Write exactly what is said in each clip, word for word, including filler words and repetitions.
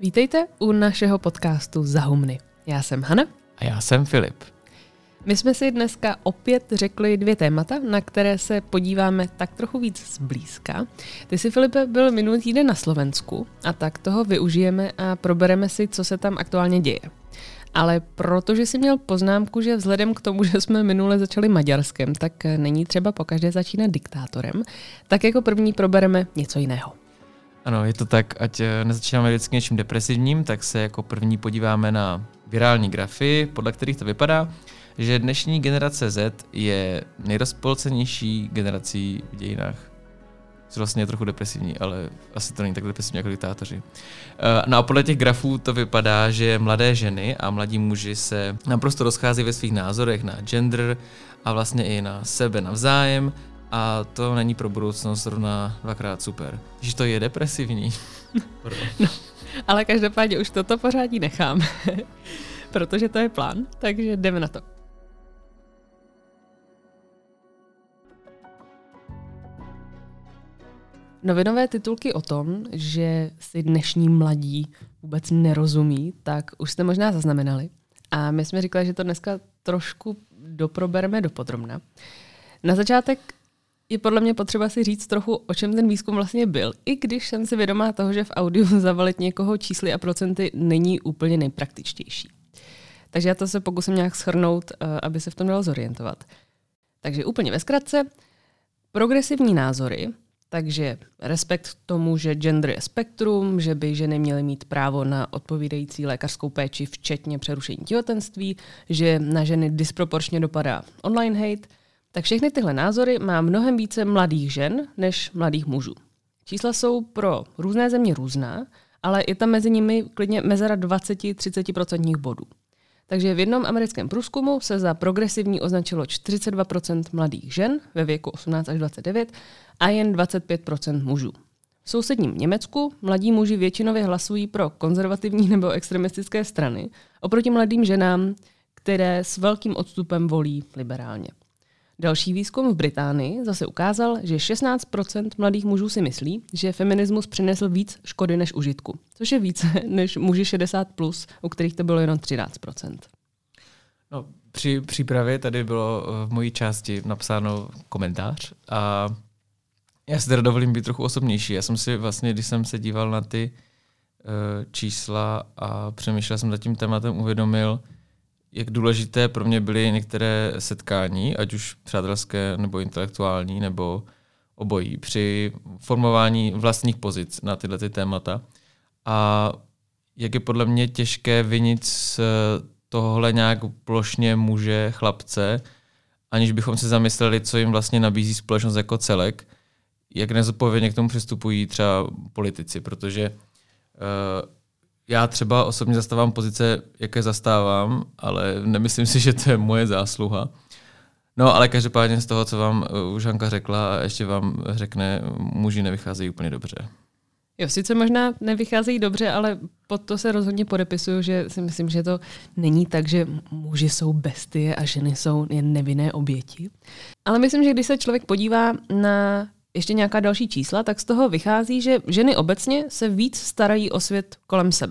Vítejte u našeho podcastu Zahumny. Já jsem Hana. A já jsem Filip. My jsme si dneska opět řekli dvě témata, na které se podíváme tak trochu víc zblízka. Ty jsi, Filipe, byl minulý týden na Slovensku a tak toho využijeme a probereme si, co se tam aktuálně děje. Ale protože jsi měl poznámku, že vzhledem k tomu, že jsme minule začali maďarskem, tak není třeba pokaždé začínat diktátorem, tak jako první probereme něco jiného. Ano, je to tak, ať nezačínáme vždycky něčím depresivním, tak se jako první podíváme na virální grafy, podle kterých to vypadá, že dnešní generace Z je nejrozpolcenější generací v dějinách. To vlastně je trochu depresivní, ale asi to není tak depresivní jako diktátoři. No a podle těch grafů to vypadá, že mladé ženy a mladí muži se naprosto rozchází ve svých názorech na gender a vlastně i na sebe navzájem. A to není pro budoucnost zrovna dvakrát super. Že to je depresivní. No, ale každopádně už toto pořádí nechám, protože to je plán, takže jdeme na to. Novinové titulky o tom, že si dnešní mladí vůbec nerozumí, tak už jste možná zaznamenali. A my jsme říkali, že to dneska trošku doprobereme dopodrobna. Na začátek je podle mě potřeba si říct trochu, o čem ten výzkum vlastně byl, i když jsem si vědomá toho, že v audiu zavalit někoho čísly a procenty není úplně nejpraktičtější. Takže já to se pokusím nějak shrnout, aby se v tom dalo zorientovat. Takže úplně ve zkratce, progresivní názory, takže respekt k tomu, že gender je spektrum, že by ženy měly mít právo na odpovídající lékařskou péči, včetně přerušení těhotenství, že na ženy disproporčně dopadá online hate. Tak všechny tyhle názory má mnohem více mladých žen než mladých mužů. Čísla jsou pro různé země různá, ale je tam mezi nimi klidně mezera dvacet až třicet procent bodů. Takže v jednom americkém průzkumu se za progresivní označilo čtyřicet dva procent mladých žen ve věku osmnáct až dvacet devět a jen dvacet pět procent mužů. V sousedním Německu mladí muži většinově hlasují pro konzervativní nebo extremistické strany, oproti mladým ženám, které s velkým odstupem volí liberálně. Další výzkum v Británii zase ukázal, že šestnáct procent mladých mužů si myslí, že feminismus přinesl víc škody než užitku, což je více než muži šedesát plus, u kterých to bylo jenom třináct procent. No, při přípravě tady bylo v mojí části napsáno komentář a já si teda dovolím být trochu osobnější. Já jsem si vlastně, když jsem se díval na ty uh, čísla a přemýšlel jsem nad tím tématem, uvědomil, jak důležité pro mě byly některé setkání, ať už přátelské nebo intelektuální, nebo obojí, při formování vlastních pozic na tyhle ty témata. A jak je podle mě těžké vinit z tohohle nějak plošně muže, chlapce, aniž bychom se zamysleli, co jim vlastně nabízí společnost jako celek, jak nezodpovědně k tomu přistupují třeba politici, protože uh, já třeba osobně zastávám pozice, jaké zastávám, ale nemyslím si, že to je moje zásluha. No, ale každopádně z toho, co vám už Hanka řekla a ještě vám řekne, muži nevycházejí úplně dobře. Jo, sice možná nevycházejí dobře, ale pod to se rozhodně podepisuju, že si myslím, že to není tak, že muži jsou bestie a ženy jsou jen nevinné oběti. Ale myslím, že když se člověk podívá na ještě nějaká další čísla, tak z toho vychází, že ženy obecně se víc starají o svět kolem sebe.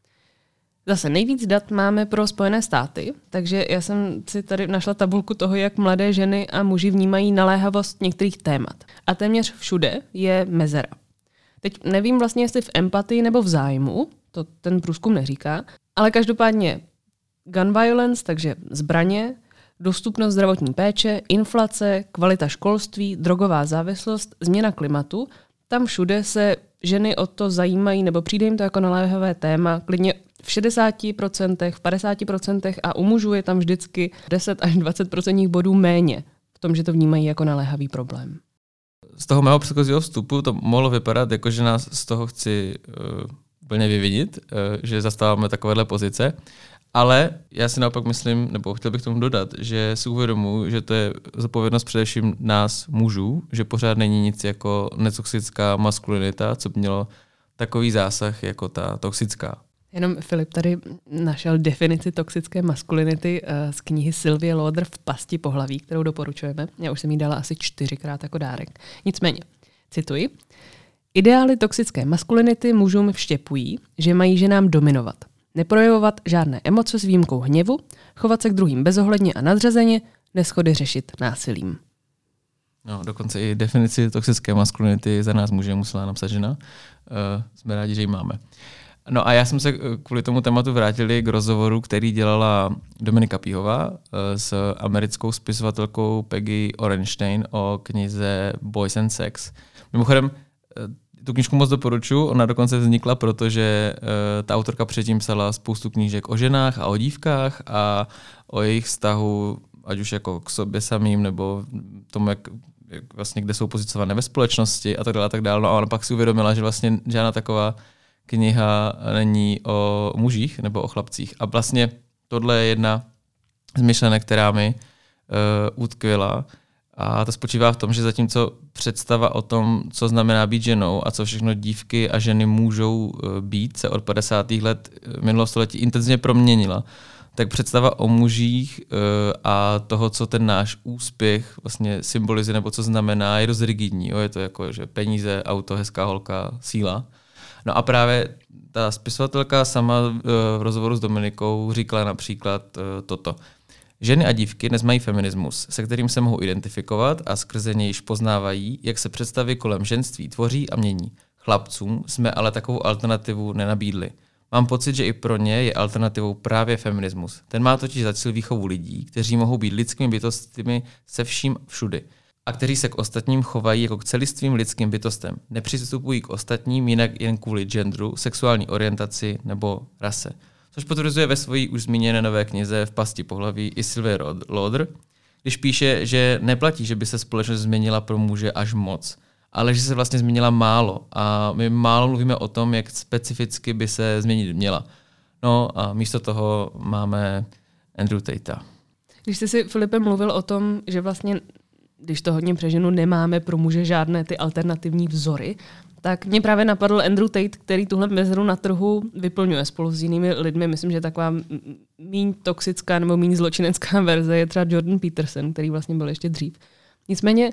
Zase nejvíc dat máme pro Spojené státy, takže já jsem si tady našla tabulku toho, jak mladé ženy a muži vnímají naléhavost některých témat. A téměř všude je mezera. Teď nevím vlastně, jestli v empatii nebo v zájmu, to ten průzkum neříká, ale každopádně gun violence, takže zbraně, dostupnost zdravotní péče, inflace, kvalita školství, drogová závislost, změna klimatu, tam všude se ženy o to zajímají nebo přijde jim to jako naléhavé téma, klidně v šedesáti procentech, v padesáti procentech a u mužů je tam vždycky deset až dvacet procent bodů méně v tom, že to vnímají jako naléhavý problém. Z toho mého předchozího vstupu to mohlo vypadat, jako že nás z toho chci uh, úplně vyvinit, uh, že zastáváme takovéhle pozice. Ale já si naopak myslím, nebo chtěl bych tomu dodat, že si uvědomuji, že to je zodpovědnost především nás mužů, že pořád není nic jako netoxická maskulinita, co by mělo takový zásah jako ta toxická. Jenom Filip tady našel definici toxické maskulinity z knihy Sylvie Lauder V pasti pohlaví, kterou doporučujeme. Já už jsem jí dala asi čtyřikrát jako dárek. Nicméně, cituji. Ideály toxické maskulinity mužům vštěpují, že mají ženám dominovat, neprojevovat žádné emoce s výjimkou hněvu, chovat se k druhým bezohledně a nadřazeně, neschody řešit násilím. No, dokonce i definici toxické maskulinity za nás muže musela napsat žena. Uh, jsme rádi, že ji máme. No a já jsem se kvůli tomu tématu vrátili k rozhovoru, který dělala Dominika Píhová uh, s americkou spisovatelkou Peggy Orenstein o knize Boys and Sex. Mimochodem, uh, tu knížku moc doporučuji, ona dokonce vznikla, protože uh, ta autorka předtím psala spoustu knížek o ženách a o dívkách a o jejich vztahu, ať už jako k sobě samým, nebo tomu, jak, jak vlastně, kde jsou pozicované ve společnosti a tak dále, a tak dále. No a ona pak si uvědomila, že vlastně žádná taková kniha není o mužích nebo o chlapcích. A vlastně tohle je jedna z myšlenek, která mi uh, utkvěla. A to spočívá v tom, že zatímco představa o tom, co znamená být ženou a co všechno dívky a ženy můžou být, se od padesátých let minulého století intenzivně proměnila, tak představa o mužích a toho, co ten náš úspěch vlastně symbolizuje nebo co znamená, je dost rigidní. Jo? Je to jako, že peníze, auto, hezká holka, síla. No a právě ta spisovatelka sama v rozhovoru s Dominikou říkala například toto. Ženy a dívky dnes mají feminismus, se kterým se mohou identifikovat a skrze nějž poznávají, jak se představy kolem ženství tvoří a mění. Chlapcům jsme ale takovou alternativu nenabídli. Mám pocit, že i pro ně je alternativou právě feminismus. Ten má totiž za cíl výchovu lidí, kteří mohou být lidskými bytostmi se vším všudy a kteří se k ostatním chovají jako k celistvým lidským bytostem. Nepřistupují k ostatním jinak jen kvůli genderu, sexuální orientaci nebo rase. Což potvrzuje ve své už zmíněné nové knize V pasti pohlaví i Sylvie Lauder, když píše, že neplatí, že by se společnost změnila pro muže až moc, ale že se vlastně změnila málo. A my málo mluvíme o tom, jak specificky by se změnit měla. No a místo toho máme Andrew Tate. Když jsi si, Filipe, mluvil o tom, že vlastně, když to hodně přeženu, nemáme pro muže žádné ty alternativní vzory, tak mě právě napadl Andrew Tate, který tuhle mezeru na trhu vyplňuje spolu s jinými lidmi. Myslím, že taková míň toxická nebo míň zločinecká verze je třeba Jordan Peterson, který vlastně byl ještě dřív. Nicméně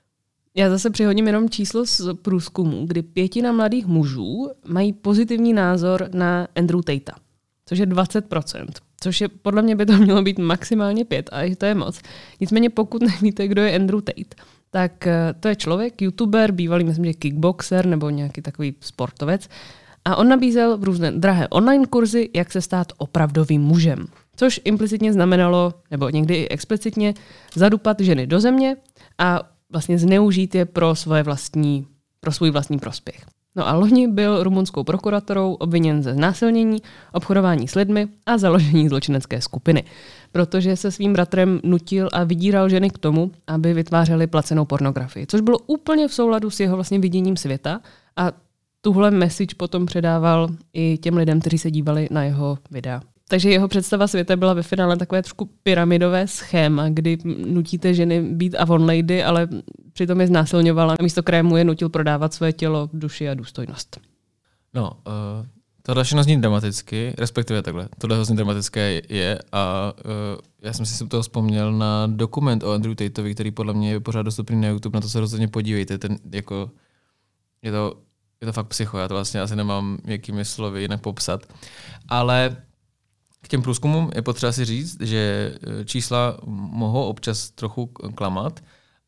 já zase přihodím jenom číslo z průzkumu, kdy pětina mladých mužů mají pozitivní názor na Andrew Tate, což je dvacet procent. Což je, podle mě by to mělo být maximálně pět, a to je moc. Nicméně pokud nevíte, kdo je Andrew Tate, tak to je člověk, youtuber, bývalý, myslím, že kickboxer nebo nějaký takový sportovec. A on nabízel v různé drahé online kurzy, jak se stát opravdovým mužem. Což implicitně znamenalo, nebo někdy i explicitně, zadupat ženy do země a vlastně zneužít je pro svoje vlastní, pro svůj vlastní prospěch. No a loni byl rumunskou prokuratorou obviněn ze znásilnění, obchodování s lidmi a založení zločinecké skupiny, protože se svým bratrem nutil a vydíral ženy k tomu, aby vytvářely placenou pornografii, což bylo úplně v souladu s jeho vlastně viděním světa a tuhle message potom předával i těm lidem, kteří se dívali na jeho videa. Takže jeho představa světa byla ve finále takové trošku pyramidové schéma, kdy nutíte ženy být avon lady, ale přitom je znásilňovala a místo krému je nutil prodávat své tělo, duši a důstojnost. No, uh, tohle všechno zní dramaticky, respektive takhle. Tohle zní dramatické je a uh, já jsem si toho vzpomněl na dokument o Andrew Tateovi, který podle mě je pořád dostupný na YouTube, na to se rozhodně podívejte. Ten, jako, je, to, je to fakt psycho, já to vlastně asi nemám jakými slovy jinak popsat. Ale k těm průzkumům je potřeba si říct, že čísla mohou občas trochu klamat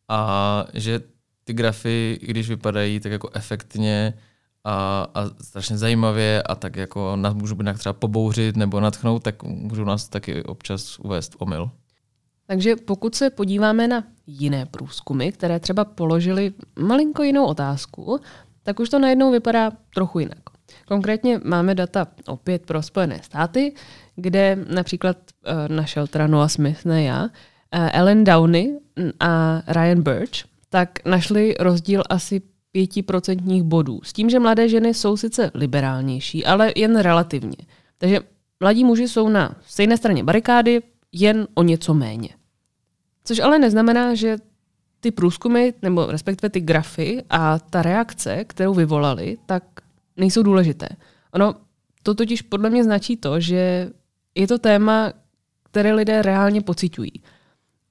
a že ty grafy, když vypadají tak jako efektně a, a strašně zajímavě a tak jako nás můžou být třeba pobouřit nebo natchnout, tak můžou nás taky občas uvést v omyl. Takže pokud se podíváme na jiné průzkumy, které třeba položily malinko jinou otázku, tak už to najednou vypadá trochu jinak. Konkrétně máme data opět pro Spojené státy, kde například uh, našel teda Noah Smith, ne já, uh, Ellen Downey a Ryan Birch, tak našli rozdíl asi pět procentních bodů. S tím, že mladé ženy jsou sice liberálnější, ale jen relativně. Takže mladí muži jsou na stejné straně barikády, jen o něco méně. Což ale neznamená, že ty průzkumy, nebo respektive ty grafy a ta reakce, kterou vyvolali, tak nejsou důležité. Ono to totiž podle mě značí to, že je to téma, které lidé reálně pociťují.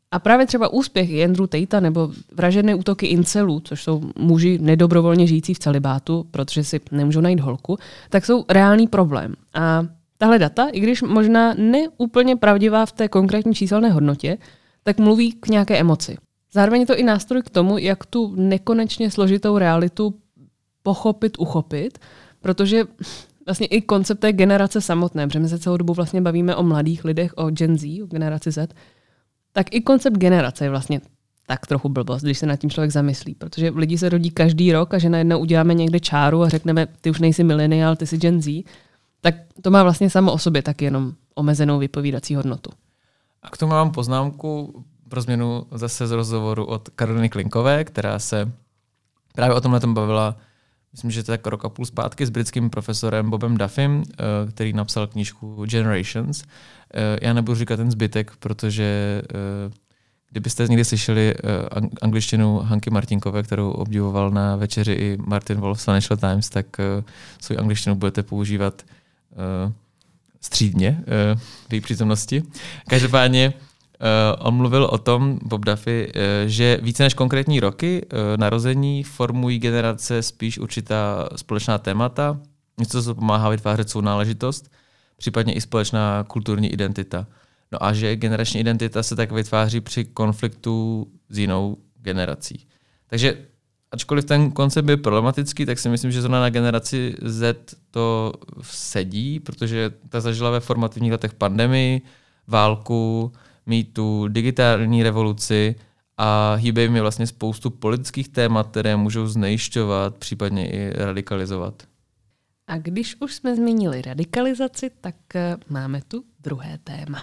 A právě třeba úspěch Andrew Tatea nebo vražedné útoky incelů, což jsou muži nedobrovolně žijící v celibátu, protože si nemůžou najít holku, tak jsou reálný problém. A tahle data, i když možná neúplně pravdivá v té konkrétní číselné hodnotě, tak mluví k nějaké emoci. Zároveň je to i nástroj k tomu, jak tu nekonečně složitou realitu pochopit, uchopit, protože vlastně i koncept té generace samotné, protože my se celou dobu vlastně bavíme o mladých lidech, o Gen Z, o generaci Z, tak i koncept generace je vlastně tak trochu blbost, když se nad tím člověk zamyslí, protože lidi se rodí každý rok a že najednou uděláme někde čáru a řekneme, ty už nejsi mileniál, ty jsi Gen Z, tak to má vlastně samo o sobě tak jenom omezenou vypovídací hodnotu. A k tomu mám poznámku pro změnu zase z rozhovoru od Karoliny Klinkové, která se právě o tomhle tom bavila, myslím, že to je tak rok a půl zpátky, s britským profesorem Bobem Duffym, který napsal knížku Generations. Já nebudu říkat ten zbytek, protože kdybyste někdy slyšeli angličtinu Hanky Martinkové, kterou obdivoval na večeři i Martin Wolf z Financial Times, tak svou angličtinu budete používat střídně v její přítomnosti. Každopádně on mluvil o tom, Bob Duffy, že více než konkrétní roky narození formují generace spíš určitá společná témata, něco, co pomáhá vytvářet svou náležitost, případně i společná kulturní identita. No a že generační identita se tak vytváří při konfliktu s jinou generací. Takže ačkoliv ten koncept je problematický, tak si myslím, že zrovna na generaci Z to sedí, protože ta zažila ve formativních letech pandemii, válku, mýtu, digitální revoluci a hýbe jim je vlastně spoustu politických témat, které můžou znejišťovat, případně i radikalizovat. A když už jsme zmínili radikalizaci, tak máme tu druhé téma.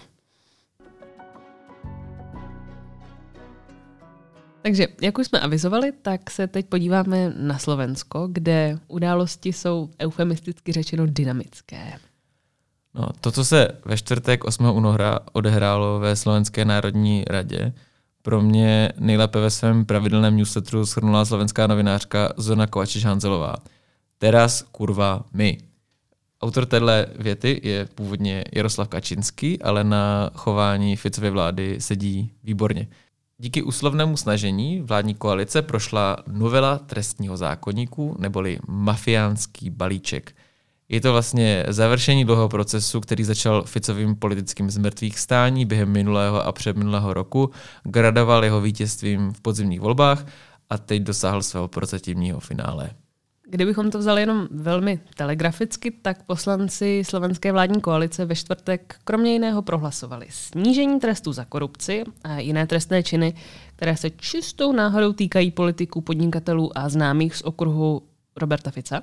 Takže, jak už jsme avizovali, tak se teď podíváme na Slovensko, kde události jsou eufemisticky řečeno dynamické. No, to, co se ve čtvrtek osmého února odehrálo ve Slovenské národní radě, pro mě nejlépe ve svém pravidelném newsletteru shrnula slovenská novinářka Zuzana Kovačič-Hanzelová. Teraz kurva my. Autor téhle věty je původně Jaroslav Kačinský, ale na chování Ficovy vlády sedí výborně. Díky úslovnému snažení vládní koalice prošla novela trestního zákoníku neboli mafiánský balíček. Je to vlastně završení dlouhého procesu, který začal Ficovým politickým zmrtvých stání během minulého a předminulého roku, gradoval jeho vítězstvím v podzimních volbách a teď dosáhl svého prozatímního finále. Kdybychom to vzali jenom velmi telegraficky, tak poslanci slovenské vládní koalice ve čtvrtek kromě jiného prohlasovali snížení trestů za korupci a jiné trestné činy, které se čistou náhodou týkají politiků, podnikatelů a známých z okruhu Roberta Fica.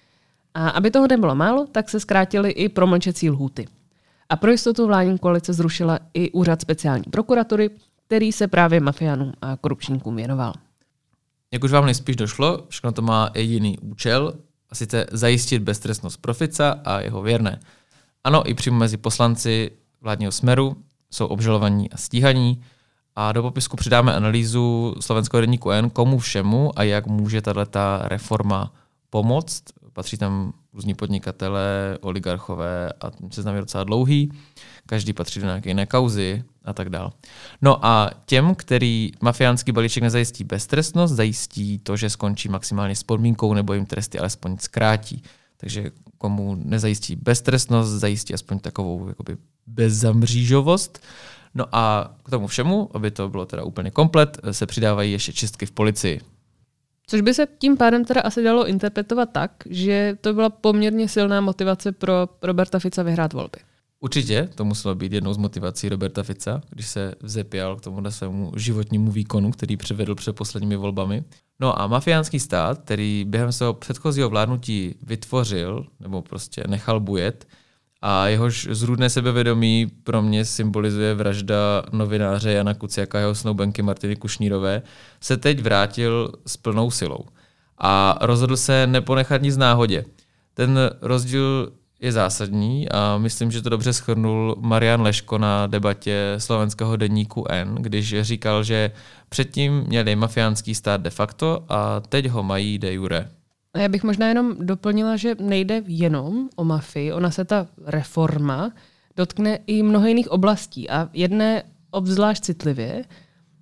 A aby toho nebylo málo, tak se zkrátily i promlčecí lhůty. A pro jistotu vládní koalice zrušila i úřad speciální prokuratury, který se právě mafiánům a korupčníkům věnoval. Jak už vám nejspíš došlo, všechno to má jediný účel, a sice zajistit beztrestnost pro Fica a jeho věrné. Ano, i přímo mezi poslanci vládního Smeru jsou obžalovaní a stíhaní a do popisku přidáme analýzu slovenského deníku N, komu všemu a jak může tato reforma pomoct. Patří tam různí podnikatelé, oligarchové a seznam je docela dlouhý. Každý patří do nějaké jiné kauzy a tak dále. No a těm, který mafiánský balíček nezajistí beztrestnost, zajistí to, že skončí maximálně s podmínkou nebo jim tresty alespoň zkrátí. Takže komu nezajistí beztrestnost, zajistí aspoň takovou jakoby bezzamřížovost. No a k tomu všemu, aby to bylo teda úplně komplet, se přidávají ještě čistky v policii. Což by se tím pádem teda asi dalo interpretovat tak, že to byla poměrně silná motivace pro Roberta Fica vyhrát volby. Určitě to muselo být jednou z motivací Roberta Fica, když se vzepěl k tomu svému životnímu výkonu, který předvedl před posledními volbami. No a mafiánský stát, který během svého předchozího vládnutí vytvořil, nebo prostě nechal bujet, a jehož zrůdné sebevědomí pro mě symbolizuje vražda novináře Jana Kuciaka a jeho snoubenky Martiny Kušnírové, se teď vrátil s plnou silou. A rozhodl se neponechat nic náhodě. Ten rozdíl je zásadní a myslím, že to dobře shrnul Marian Leško na debatě slovenského deníku N, když říkal, že předtím měli mafiánský stát de facto a teď ho mají de jure. A já bych možná jenom doplnila, že nejde jenom o mafii, ona se ta reforma dotkne i mnoho jiných oblastí a jedné obzvlášť citlivě,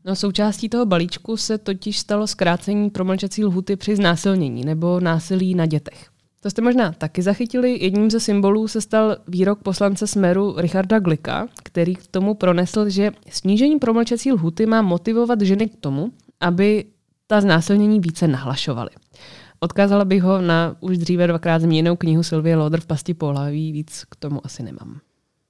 No, součástí toho balíčku se totiž stalo zkrácení promlčecí lhůty při znásilnění nebo násilí na dětech. To jste možná taky zachytili. Jedním ze symbolů se stal výrok poslance Smeru Richarda Glika, který k tomu pronesl, že snížení promlčecí lhůty má motivovat ženy k tomu, aby ta znásilnění více nahlašovaly. Odkázala bych ho na už dříve dvakrát zmíněnou knihu Sylvie Lauder V pasti pohlaví, víc k tomu asi nemám.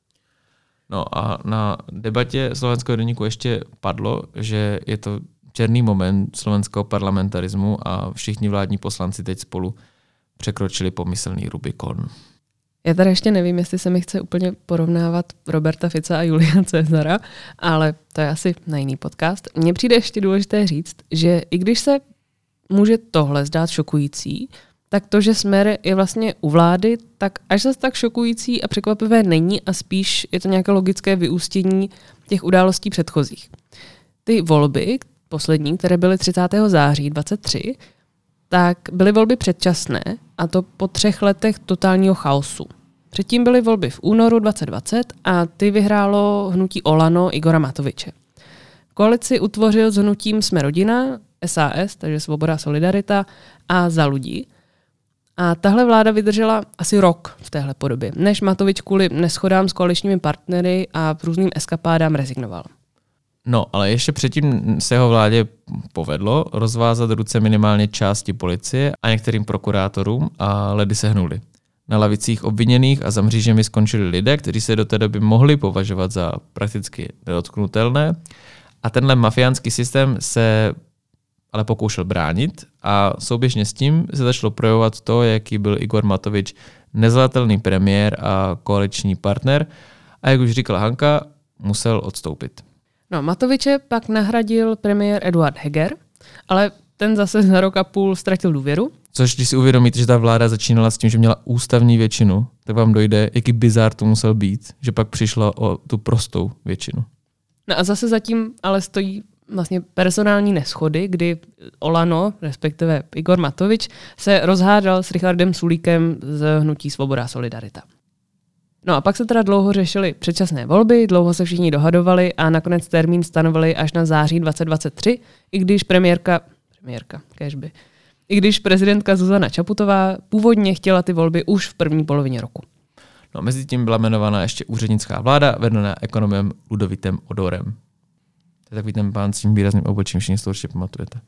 No a na debatě Slovenského deníku ještě padlo, že je to černý moment slovenského parlamentarismu a všichni vládní poslanci teď spolu překročili pomyslný Rubikon. Já tady ještě nevím, jestli se mi chce úplně porovnávat Roberta Fica a Julia Cezara, ale to je asi na jiný podcast. Mně přijde ještě důležité říct, že i když se může tohle zdát šokující, tak to, že Smer je vlastně u vlády, tak až zase tak šokující a překvapivé není a spíš je to nějaké logické vyústění těch událostí předchozích. Ty volby, poslední, které byly třicátého září dvacet tři, tak byly volby předčasné a to po třech letech totálního chaosu. Předtím byly volby v únoru dvacet dvacet a ty vyhrálo hnutí Olano Igora Matoviče. Koalici utvořil s hnutím Jsme rodina, S A S, takže Svoboda a Solidarita a Za lidi. A tahle vláda vydržela asi rok v téhle podobě, než Matovič kvůli neschodám s koaličními partnery a různým eskapádám rezignoval. No, ale ještě předtím se jeho vládě povedlo rozvázat ruce minimálně části policie a některým prokurátorům a ledy se hnuli. Na lavicích obviněných a za mřížemi skončili lidé, kteří se do té doby mohli považovat za prakticky nedotknutelné. A tenhle mafiánský systém se ale pokoušel bránit a souběžně s tím se začalo projevovat to, jaký byl Igor Matovič nezvladatelný premiér a koaliční partner a jak už říkala Hanka, musel odstoupit. No, Matoviče pak nahradil premiér Eduard Heger, ale ten zase za rok a půl ztratil důvěru. Což když si uvědomíte, že ta vláda začínala s tím, že měla ústavní většinu, tak vám dojde, jaký bizár to musel být, že pak přišla o tu prostou většinu. No a zase zatím ale stojí vlastně personální neschody, kdy Olano, respektive Igor Matovič, se rozhádal s Richardem Sulíkem z hnutí Svoboda a Solidarita. No a pak se teda dlouho řešily předčasné volby, dlouho se všichni dohadovali a nakonec termín stanovili až na září dvacet dvacet tři, i když premiérka, premiérka, kéžby, i když prezidentka Zuzana Čaputová původně chtěla ty volby už v první polovině roku. No, mezi tím byla jmenována ještě úřednická vláda, vedená ekonomem Ludovitem Odorem. To je takový ten pán s tím výrazným obočím, všichni si to určitě pamatujete.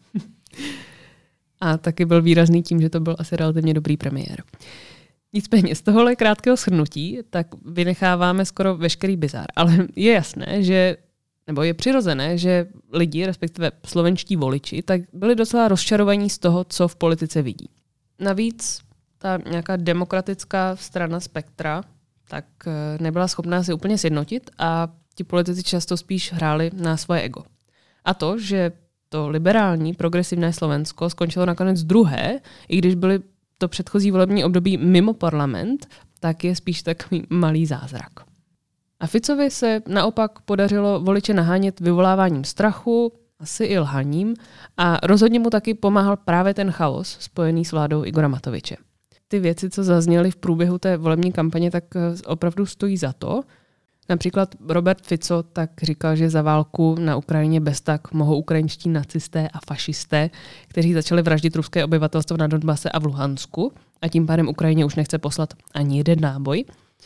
A taky byl výrazný tím, že to byl asi relativně dobrý premiér. Nicméně z tohohle krátkého shrnutí tak vynecháváme skoro veškerý bizár. Ale je jasné, že, nebo je přirozené, že lidi, respektive slovenští voliči, tak byli docela rozčarovaní z toho, co v politice vidí. Navíc ta nějaká demokratická strana spektra tak nebyla schopná se úplně sjednotit a ti politici často spíš hráli na svoje ego. A to, že to liberální, progresivné Slovensko skončilo nakonec druhé, i když byly to předchozí volební období mimo parlament, tak je spíš takový malý zázrak. A Ficovi se naopak podařilo voliče nahánět vyvoláváním strachu, asi i lhaním a rozhodně mu taky pomáhal právě ten chaos spojený s vládou Igora Matoviče. Ty věci, co zazněly v průběhu té volební kampaně, tak opravdu stojí za to. Například Robert Fico tak říkal, že za válku na Ukrajině bez tak mohou ukrajinští nacisté a fašisté, kteří začali vraždit ruské obyvatelstvo na Donbase a v Luhansku a tím pádem Ukrajině už nechce poslat ani jeden náboj.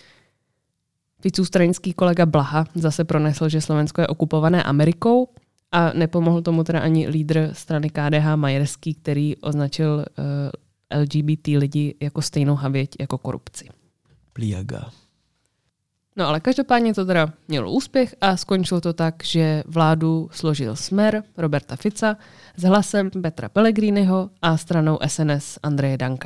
Ficův stranický kolega Blaha zase pronesl, že Slovensko je okupované Amerikou a nepomohl tomu teda ani lídr strany K D H Majerský, který označil uh, L G B T lidi jako stejnou havěť jako korupci. Pliaga. No ale každopádně to teda mělo úspěch a skončilo to tak, že vládu složil Smer Roberta Fica s hlasem Petra Pellegriniho a stranou S N S Andreje Danka.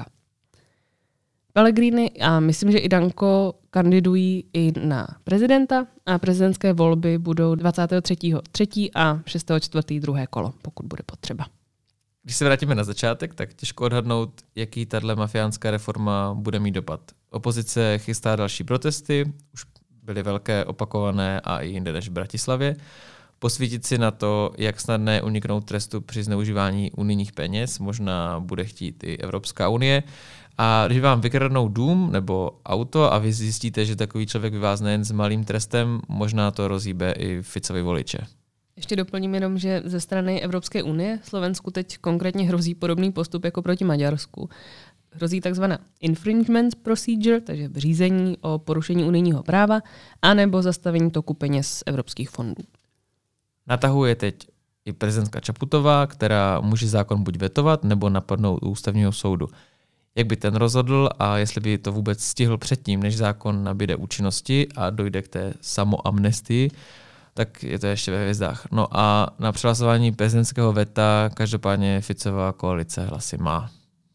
Pellegrini a myslím, že i Danko kandidují i na prezidenta a prezidentské volby budou dvacátého třetího třetího a šestého čtvrtého druhé kolo, pokud bude potřeba. Když se vrátíme na začátek, tak těžko odhadnout, jaký tato mafiánská reforma bude mít dopad. Opozice chystá další protesty, už byly velké, opakované a i jinde než v Bratislavě. Posvítit si na to, jak snadné uniknout trestu při zneužívání unijních peněz, možná bude chtít i Evropská unie. A když vám vykradnou dům nebo auto a vy zjistíte, že takový člověk by vás nejen s malým trestem, možná to rozhýbe i Ficovi voliče. Ještě doplním jenom, že ze strany Evropské unie Slovensku teď konkrétně hrozí podobný postup jako proti Maďarsku. Hrozí takzvaná infringement procedure, takže řízení o porušení unijního práva, anebo zastavení toku peněz z evropských fondů. Natahuje teď i prezidentka Čaputová, která může zákon buď vetovat, nebo napadnout u ústavního soudu. Jak by ten rozhodl a jestli by to vůbec stihl předtím, než zákon nabíde účinnosti a dojde k té samoamnestii, tak je to ještě ve hvězdách. No a na přehlasování prezidentského veta každopádně Ficová koalice hlasy má.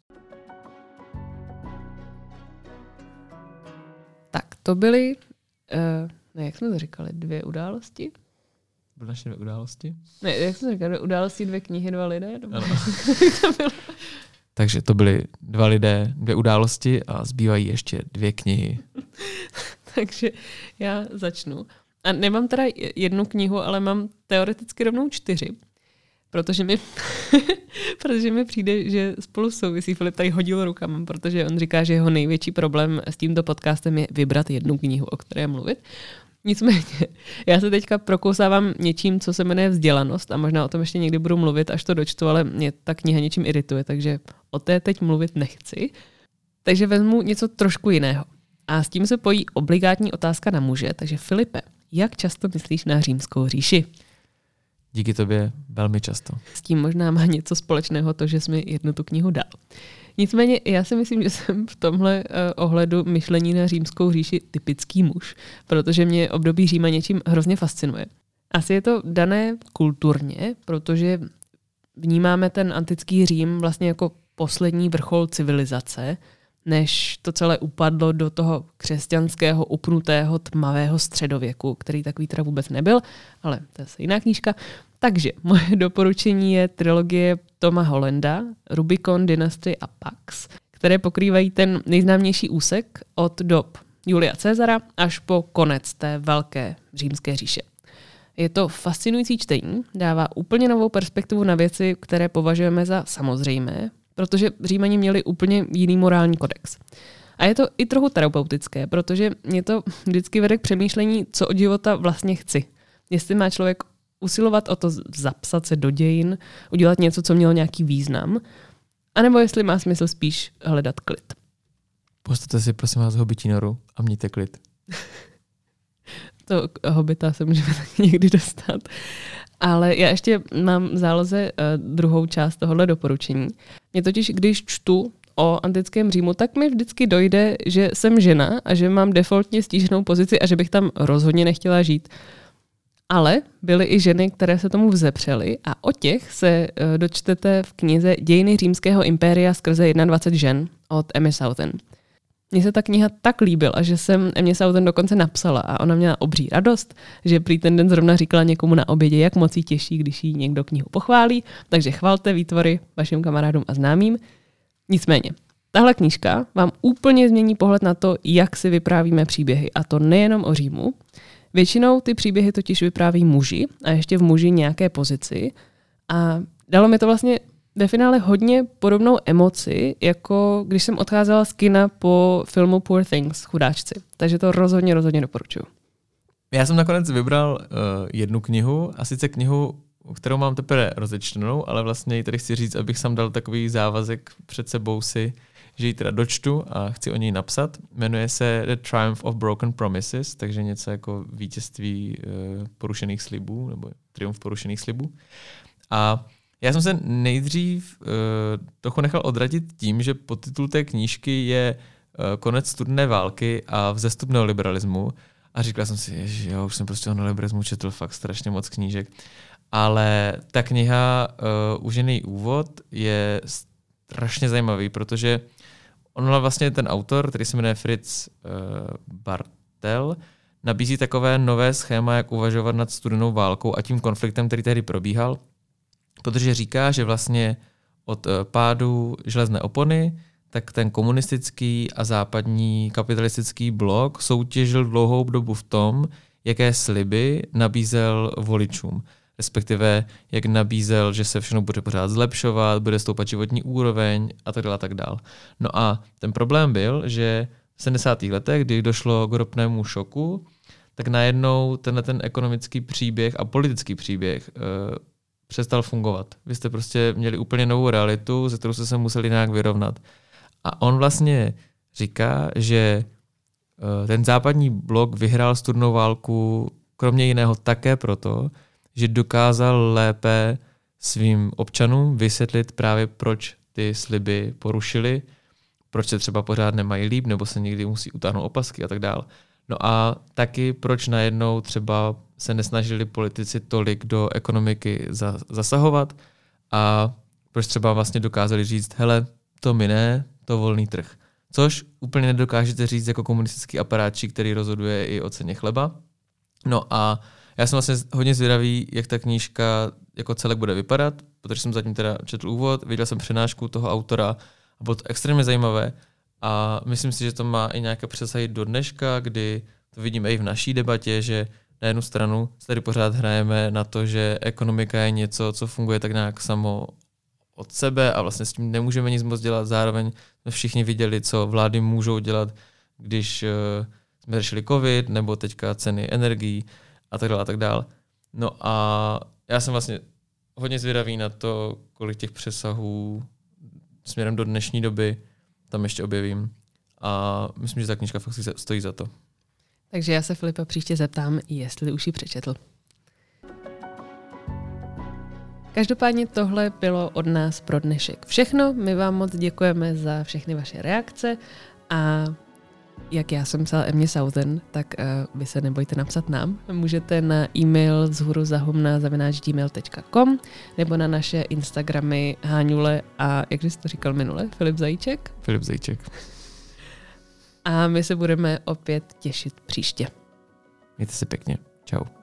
Tak to byly, uh, ne, jak jsme to říkali, dvě události? Byly naše dvě události? Ne, jak jsme to říkali, dvě události, dvě knihy, dva lidé? Ano. to bylo? Takže to byly dva lidé, dvě události a zbývají ještě dvě knihy. Takže já začnu. A nemám teda jednu knihu, ale mám teoreticky rovnou čtyři. Protože mi, protože mi přijde, že spolu souvisí. Filip tady hodil rukama, protože on říká, že jeho největší problém s tímto podcastem je vybrat jednu knihu, o které mluvit. Nicméně, já se teďka prokousávám něčím, co se jmenuje Vzdělanost a možná o tom ještě někdy budu mluvit, až to dočtu, ale mě ta kniha něčím irituje, takže o té teď mluvit nechci. Takže vezmu něco trošku jiného. A s tím se pojí obligátní otázka na muže. Takže Filipe, jak často myslíš na Římskou říši? Díky tobě velmi často. S tím možná má něco společného to, že jsi mi jednu tu knihu dal. Nicméně já si myslím, že jsem v tomhle uh, ohledu myšlení na Římskou říši typický muž, protože mě období Říma něčím hrozně fascinuje. Asi je to dané kulturně, protože vnímáme ten antický Řím vlastně jako poslední vrchol civilizace, než to celé upadlo do toho křesťanského, upnutého, tmavého středověku, který takový teda vůbec nebyl, ale to je jiná knížka. Takže moje doporučení je trilogie Toma Hollanda, Rubicon, Dynasty a Pax, které pokrývají ten nejznámější úsek od dob Julia Caesara až po konec té velké římské říše. Je to fascinující čtení, dává úplně novou perspektivu na věci, které považujeme za samozřejmé, protože Římani měli úplně jiný morální kodex. A je to i trochu terapeutické, protože mě to vždycky vede k přemýšlení, co od života vlastně chci. Jestli má člověk usilovat o to zapsat se do dějin, udělat něco, co mělo nějaký význam, anebo jestli má smysl spíš hledat klid. Postavte si prosím vás hobití noru a mějte klid. To hobita se můžeme taky někdy dostat. Ale já ještě mám v záloze uh, druhou část tohohle doporučení. Mě totiž, když čtu o antickém Římu, tak mi vždycky dojde, že jsem žena a že mám defaultně stíženou pozici a že bych tam rozhodně nechtěla žít. Ale byly i ženy, které se tomu vzepřely a o těch se uh, dočtete v knize Dějiny římského impéria skrze dvacet jedna žen od Emmy Southern. Mně se ta kniha tak líbila, že jsem Emmě Southern dokonce napsala a ona měla obří radost, že prý ten den zrovna říkala někomu na obědě, jak moc jí těší, když jí někdo knihu pochválí, takže chvalte výtvory vašim kamarádům a známým. Nicméně, tahle knížka vám úplně změní pohled na to, jak si vyprávíme příběhy, a to nejenom o Římu. Většinou ty příběhy totiž vypráví muži a ještě v muži nějaké pozici a dalo mi to vlastně ve finále hodně podobnou emoci, jako když jsem odcházela z kina po filmu Poor Things, Chudáčci. Takže to rozhodně, rozhodně doporučuji. Já jsem nakonec vybral uh, jednu knihu, a sice knihu, kterou mám teprve rozečtenou, ale vlastně ji tady chci říct, abych sam dal takový závazek před sebou si, že ji teda dočtu a chci o něj napsat. Jmenuje se The Triumph of Broken Promises, takže něco jako vítězství uh, porušených slibů, nebo triumf porušených slibů. A já jsem se nejdřív uh, trochu nechal odradit tím, že podtitul té knížky je uh, Konec studené války a vzestup neoliberalismu. A říkal jsem si, že já už jsem prostě o neoliberalismu četl fakt strašně moc knížek. Ale ta kniha, uh, už její úvod, je strašně zajímavý, protože on vlastně ten autor, který se jmenuje Fritz uh, Bartel, nabízí takové nové schéma, jak uvažovat nad studenou válkou a tím konfliktem, který tehdy probíhal. Protože říká, že vlastně od pádu železné opony, tak ten komunistický a západní kapitalistický blok soutěžil dlouhou dobu v tom, jaké sliby nabízel voličům. Respektive, jak nabízel, že se všechno bude pořád zlepšovat, bude stoupat životní úroveň a tak dále, a tak dále. No a ten problém byl, že v sedmdesátých letech, kdy došlo k ropnému šoku, tak najednou tenhle ten ekonomický příběh a politický příběh uh, přestal fungovat. Vy jste prostě měli úplně novou realitu, ze kterou jste se museli nějak vyrovnat. A on vlastně říká, že uh, ten západní blok vyhrál studenou válku kromě jiného také proto, že dokázal lépe svým občanům vysvětlit právě, proč ty sliby porušili, proč se třeba pořád nemají líp, nebo se někdy musí utáhnout opasky a tak dále. No a taky proč najednou třeba se nesnažili politici tolik do ekonomiky za, zasahovat a proč třeba vlastně dokázali říct, hele, to my ne, to volný trh. Což úplně nedokážete říct jako komunistický aparátčí, který rozhoduje i o ceně chleba. No a já jsem vlastně hodně zvědavý, jak ta knížka jako celek bude vypadat, protože jsem zatím teda četl úvod, viděl jsem přednášku toho autora a bylo to extrémně zajímavé a myslím si, že to má i nějaké přesahy do dneška, kdy to vidíme i v naší debatě, že na jednu stranu se tady pořád hrajeme na to, že ekonomika je něco, co funguje tak nějak samo od sebe a vlastně s tím nemůžeme nic moc dělat. Zároveň jsme všichni viděli, co vlády můžou dělat, když uh, jsme řešili covid nebo teďka ceny energií a tak dále a tak dále. No a já jsem vlastně hodně zvědavý na to, kolik těch přesahů směrem do dnešní doby tam ještě objevím. A myslím, že ta knížka fakt stojí za to. Takže já se Filipa příště zeptám, jestli už ji přečetl. Každopádně tohle bylo od nás pro dnešek všechno. My vám moc děkujeme za všechny vaše reakce a jak já jsem psala Emě Southern, tak uh, vy se nebojte napsat nám. Můžete na e-mail zhuruzahumna zavináč gmail tečka com nebo na naše Instagramy Háňule a jak jsi to říkal minule, Filip Zajíček? Filip Zajíček. A my se budeme opět těšit příště. Mějte se pěkně. Čau.